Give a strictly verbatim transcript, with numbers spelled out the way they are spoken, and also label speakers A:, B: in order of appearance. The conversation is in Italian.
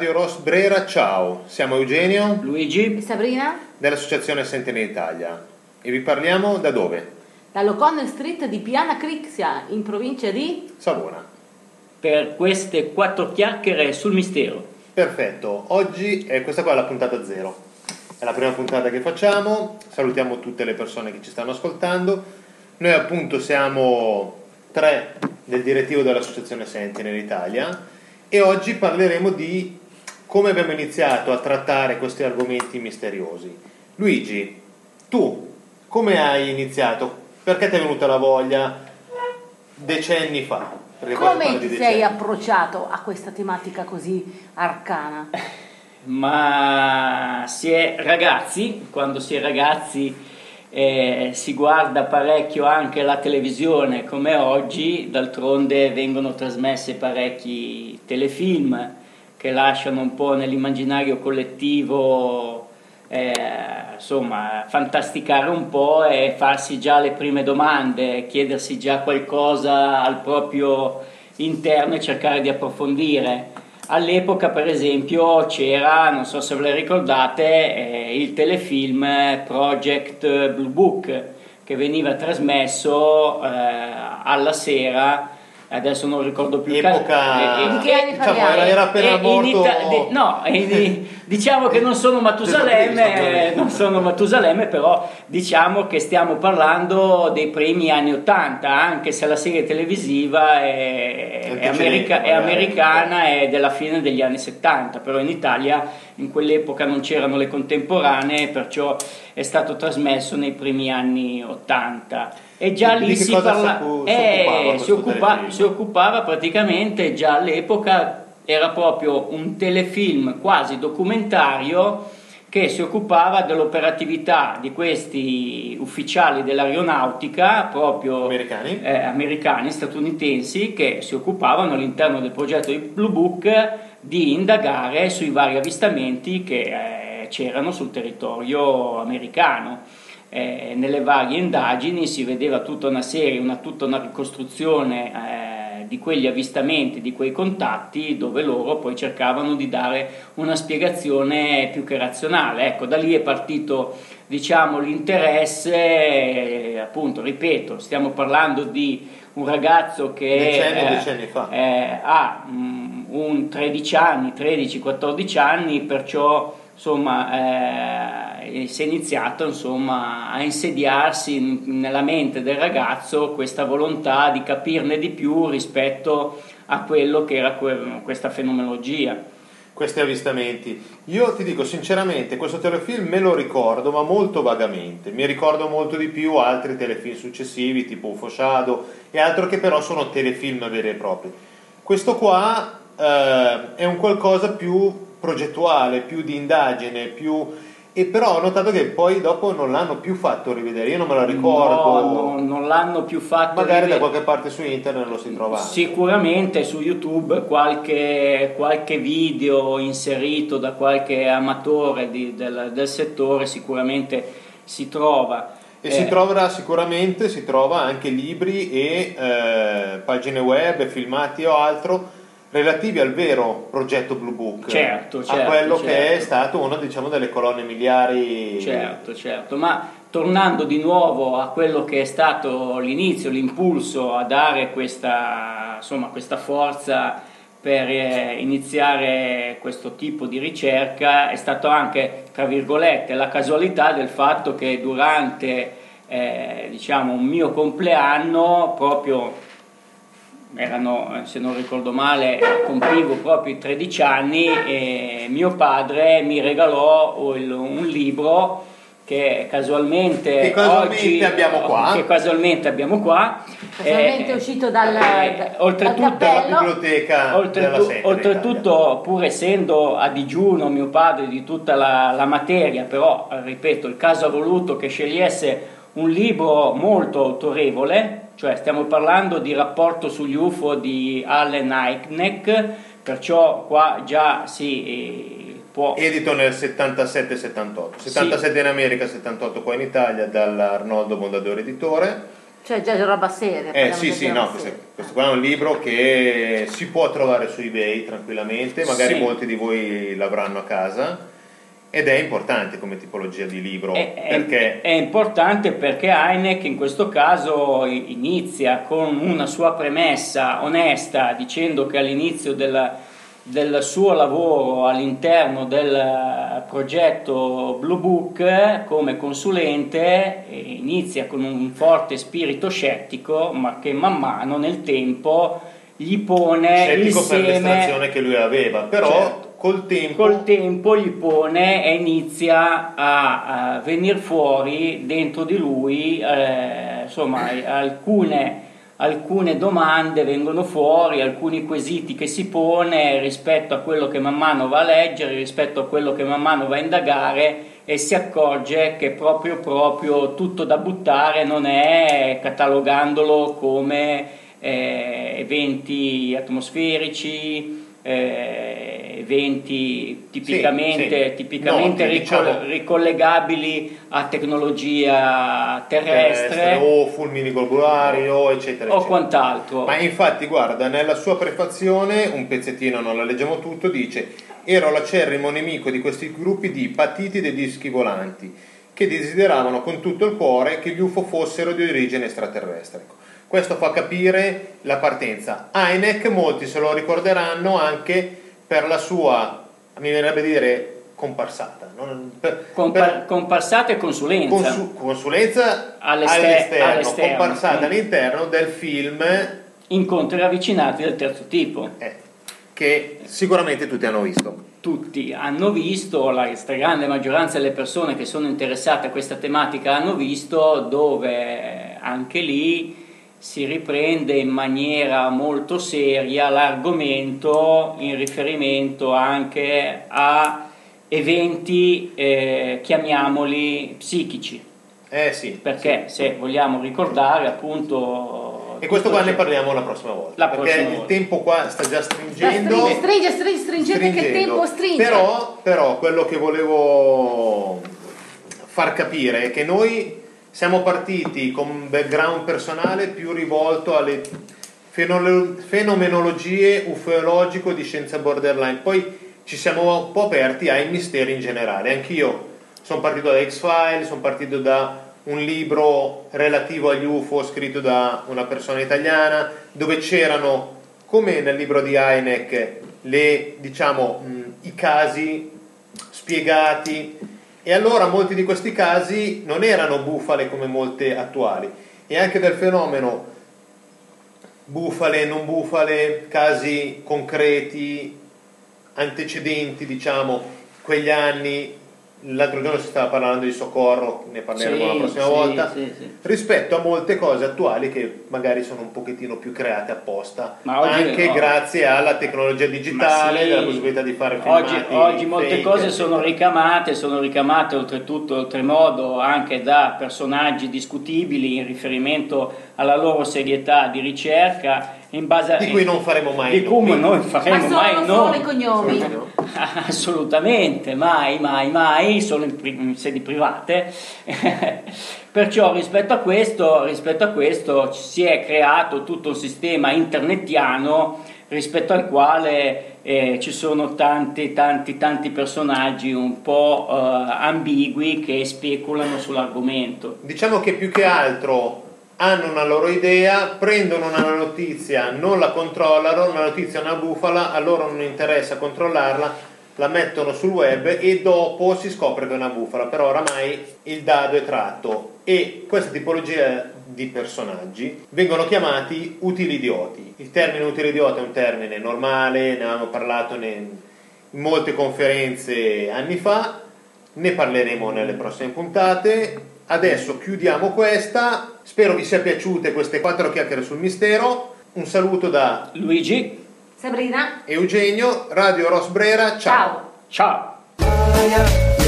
A: Radio Ross Brera, ciao, siamo Eugenio,
B: Luigi
C: e Sabrina
A: dell'Associazione Sentinel Italia e vi parliamo da dove?
C: dall'O'Connell Street di Piana Crixia, in provincia di
A: Savona.
B: per queste quattro chiacchiere sul mistero.
A: Perfetto, oggi è questa qua è la puntata zero, è la prima puntata che facciamo, salutiamo tutte le persone che ci stanno ascoltando. Noi appunto siamo tre del direttivo dell'Associazione Sentinel Italia e oggi parleremo di come abbiamo iniziato a trattare questi argomenti misteriosi. Luigi, tu come hai iniziato? Perché ti è venuta la voglia decenni fa? Perché qua si parla
C: come
A: di
C: ti
A: decenni.
C: sei approcciato a questa tematica così arcana?
B: Ma si è ragazzi, quando si è ragazzi eh, si guarda parecchio anche la televisione come oggi, d'altronde vengono trasmesse parecchi telefilm che lasciano un po' nell'immaginario collettivo eh, insomma fantasticare un po' e farsi già le prime domande, chiedersi già qualcosa al proprio interno e cercare di approfondire. All'epoca per esempio c'era, non so se ve le ricordate, eh, il telefilm Project Blue Book che veniva trasmesso eh, alla sera, adesso non ricordo più il
A: Epoca,
B: ca- eh,
C: Di che anni
A: diciamo,
C: parliamo?
A: era, era appena
B: eh,
A: morto.
B: in Ita- de- no, eh, diciamo che non sono Matusalemme, eh, non sono Matusalemme, però diciamo che stiamo parlando dei primi anni ottanta, anche se la serie televisiva è, è, america- è americana e della fine degli anni settanta, però in Italia in quell'epoca non c'erano le contemporanee, perciò è stato trasmesso nei primi anni ottanta. E già
A: Di
B: lì
A: che
B: si,
A: cosa
B: parla-
A: si occu- si
B: eh,
A: occupava
B: si,
A: questo
B: occupa-
A: telefilm?
B: si occupava praticamente già all'epoca, era proprio un telefilm quasi documentario che si occupava dell'operatività di questi ufficiali dell'aeronautica proprio
A: Americani?
B: eh, americani, statunitensi, che si occupavano all'interno del progetto di Blue Book di indagare sui vari avvistamenti che eh, c'erano sul territorio americano. Eh, nelle varie indagini si vedeva tutta una serie, una, tutta una ricostruzione eh, di quegli avvistamenti, di quei contatti, dove loro poi cercavano di dare una spiegazione più che razionale. Ecco, da lì è partito, diciamo, l'interesse, eh, appunto, ripeto, stiamo parlando di un ragazzo che
A: Decenni e
B: eh,
A: decenni fa.
B: eh, ha mm, un tredici anni, tredici quattordici anni, perciò insomma eh, si è iniziato insomma a insediarsi nella mente del ragazzo questa volontà di capirne di più rispetto a quello che era que- questa fenomenologia,
A: Questi avvistamenti. Io ti dico sinceramente, questo telefilm me lo ricordo, ma molto vagamente. Mi ricordo molto di più altri telefilm successivi, tipo U F O Shadow e altro, che però sono telefilm veri e propri. Questo qua eh, è un qualcosa più progettuale, più di indagine, più... e però ho notato che poi dopo non l'hanno più fatto rivedere, io non me la ricordo.
B: no, no, non l'hanno più fatto
A: Magari
B: rivedere.
A: da qualche parte su internet lo si trova.
B: Sicuramente su YouTube qualche, qualche video inserito da qualche amatore di- del, del settore sicuramente si trova.
A: E
B: Eh,
A: si troverà sicuramente, si trova anche libri e eh, pagine web, filmati o altro relativi al vero progetto Blue Book,
B: Certo,
A: a
B: certo,
A: quello
B: certo.
A: che è stato una, diciamo, delle colonne miliari.
B: Certo, certo, ma tornando di nuovo a quello che è stato l'inizio, l'impulso a dare questa, insomma, questa forza per eh, iniziare questo tipo di ricerca, è stato anche, tra virgolette, la casualità del fatto che durante eh, diciamo un mio compleanno, proprio erano, se non ricordo male, compivo proprio i tredici anni e mio padre mi regalò il- un libro che casualmente,
A: Che casualmente
B: oggi,
A: abbiamo qua.
B: che casualmente abbiamo qua.
C: Casualmente
B: Eh,
C: è uscito dal,
B: eh,
C: dal
B: oltretutto,
C: cappello.
A: La biblioteca
B: Oltretu-
A: della Sentinel
B: oltretutto, pur essendo a digiuno mio padre di tutta la, la materia, però ripeto, il caso ha voluto che scegliesse un libro molto autorevole, cioè stiamo parlando di Rapporto sugli U F O di Allen Hynek, perciò qua già si eh, può...
A: edito nel settantasette settantotto,
B: Sì.
A: settantasette in America, settantotto qua in Italia, dall'Arnoldo Mondadori editore.
C: Cioè già roba seria.
A: Eh sì, sì, no, questo, questo qua è un libro che si può trovare su eBay tranquillamente, magari sì. Molti di voi l'avranno a casa, ed è importante come tipologia di libro.
B: È,
A: perché...
B: è, è importante perché Hynek in questo caso inizia con una sua premessa onesta, dicendo che all'inizio della del suo lavoro all'interno del progetto Blue Book come consulente inizia con un forte spirito scettico, ma che man mano nel tempo gli pone
A: scettico
B: il seme,
A: per l'estrazione che lui aveva, però certo, col tempo
B: col tempo gli pone e inizia a, a venire fuori dentro di lui eh, insomma alcune alcune domande vengono fuori, alcuni quesiti che si pone rispetto a quello che man mano va a leggere, rispetto a quello che man mano va a indagare, e si accorge che proprio proprio tutto da buttare non è, catalogandolo come eh, eventi atmosferici, eh, eventi tipicamente, sì, sì. tipicamente no, ricol- diciamo, ricollegabili a tecnologia terrestre, terrestre
A: o fulmini globulari o eccetera
B: o
A: eccetera.
B: Quant'altro.
A: Ma infatti guarda, nella sua prefazione, un pezzettino, non la leggiamo tutto, dice: ero l'acerrimo nemico di questi gruppi di patiti dei dischi volanti che desideravano con tutto il cuore che gli U F O fossero di origine extraterrestre. Ecco, questo fa capire la partenza. Hynek molti se lo ricorderanno anche per la sua, mi verrebbe dire, comparsata, non? Per,
B: Compar-
A: per,
B: comparsata e consulenza,
A: consu- consulenza
B: all'ester-
A: all'esterno,
B: all'esterno,
A: comparsata
B: mm.
A: all'interno del film
B: Incontri ravvicinati del terzo tipo,
A: eh, che sicuramente tutti hanno visto.
B: Tutti hanno visto, la stragrande maggioranza delle persone che sono interessate a questa tematica hanno visto, dove anche lì si riprende in maniera molto seria l'argomento in riferimento anche a eventi, eh, chiamiamoli psichici.
A: Eh sì.
B: Perché
A: sì.
B: se vogliamo ricordare appunto...
A: E questo qua ne parliamo la prossima volta.
B: La
A: perché
B: prossima
A: il
B: volta.
A: tempo qua sta già stringendo.
C: Stringe, stringe, stringe, stringete che tempo stringe.
A: Però, però quello che volevo far capire è che noi siamo partiti con un background personale più rivolto alle fenomenologie ufologico di scienza borderline, poi ci siamo un po' aperti ai misteri in generale. Anch'io sono partito da X-Files, sono partito da un libro relativo agli U F O scritto da una persona italiana, dove c'erano, come nel libro di Hynek, le, diciamo, mh, i casi spiegati. E allora molti di questi casi non erano bufale come molte attuali, e anche del fenomeno bufale, non bufale, casi concreti, antecedenti, diciamo, quegli anni. L'altro giorno si stava parlando di soccorro, ne parleremo sì, la prossima
B: sì,
A: volta,
B: sì, sì.
A: rispetto a molte cose attuali che magari sono un pochettino più create apposta,
B: ma oggi,
A: anche
B: no.
A: grazie alla tecnologia digitale,
B: sì,
A: la possibilità di fare filmati.
B: Oggi, oggi molte
A: fake,
B: cose
A: eccetera.
B: sono ricamate, sono ricamate oltretutto, oltremodo, anche da personaggi discutibili in riferimento alla loro serietà di ricerca, in base a,
A: di cui non faremo mai
B: di cui noi faremo
C: ma
B: mai
C: solo,
B: noi.
C: solo i cognomi.
B: Assolutamente, mai, mai, mai, solo in, pri- in sedi private. Perciò rispetto a questo, rispetto a questo si è creato tutto un sistema internetiano rispetto al quale eh, ci sono tanti, tanti, tanti personaggi un po' eh, ambigui che speculano sull'argomento.
A: Diciamo che più che altro hanno una loro idea, prendono una notizia, non la controllano, una notizia è una bufala, a loro non interessa controllarla, la mettono sul web e dopo si scopre che è una bufala, però oramai il dado è tratto, e questa tipologia di personaggi vengono chiamati utili idioti. Il termine utile idiota è un termine normale, ne avevamo parlato in molte conferenze anni fa, ne parleremo nelle prossime puntate. Adesso chiudiamo questa, spero vi sia piaciute queste quattro chiacchiere sul mistero. Un saluto da
B: Luigi,
C: Sabrina
A: e Eugenio, Radio Ros Brera, ciao.
C: Ciao.
B: ciao.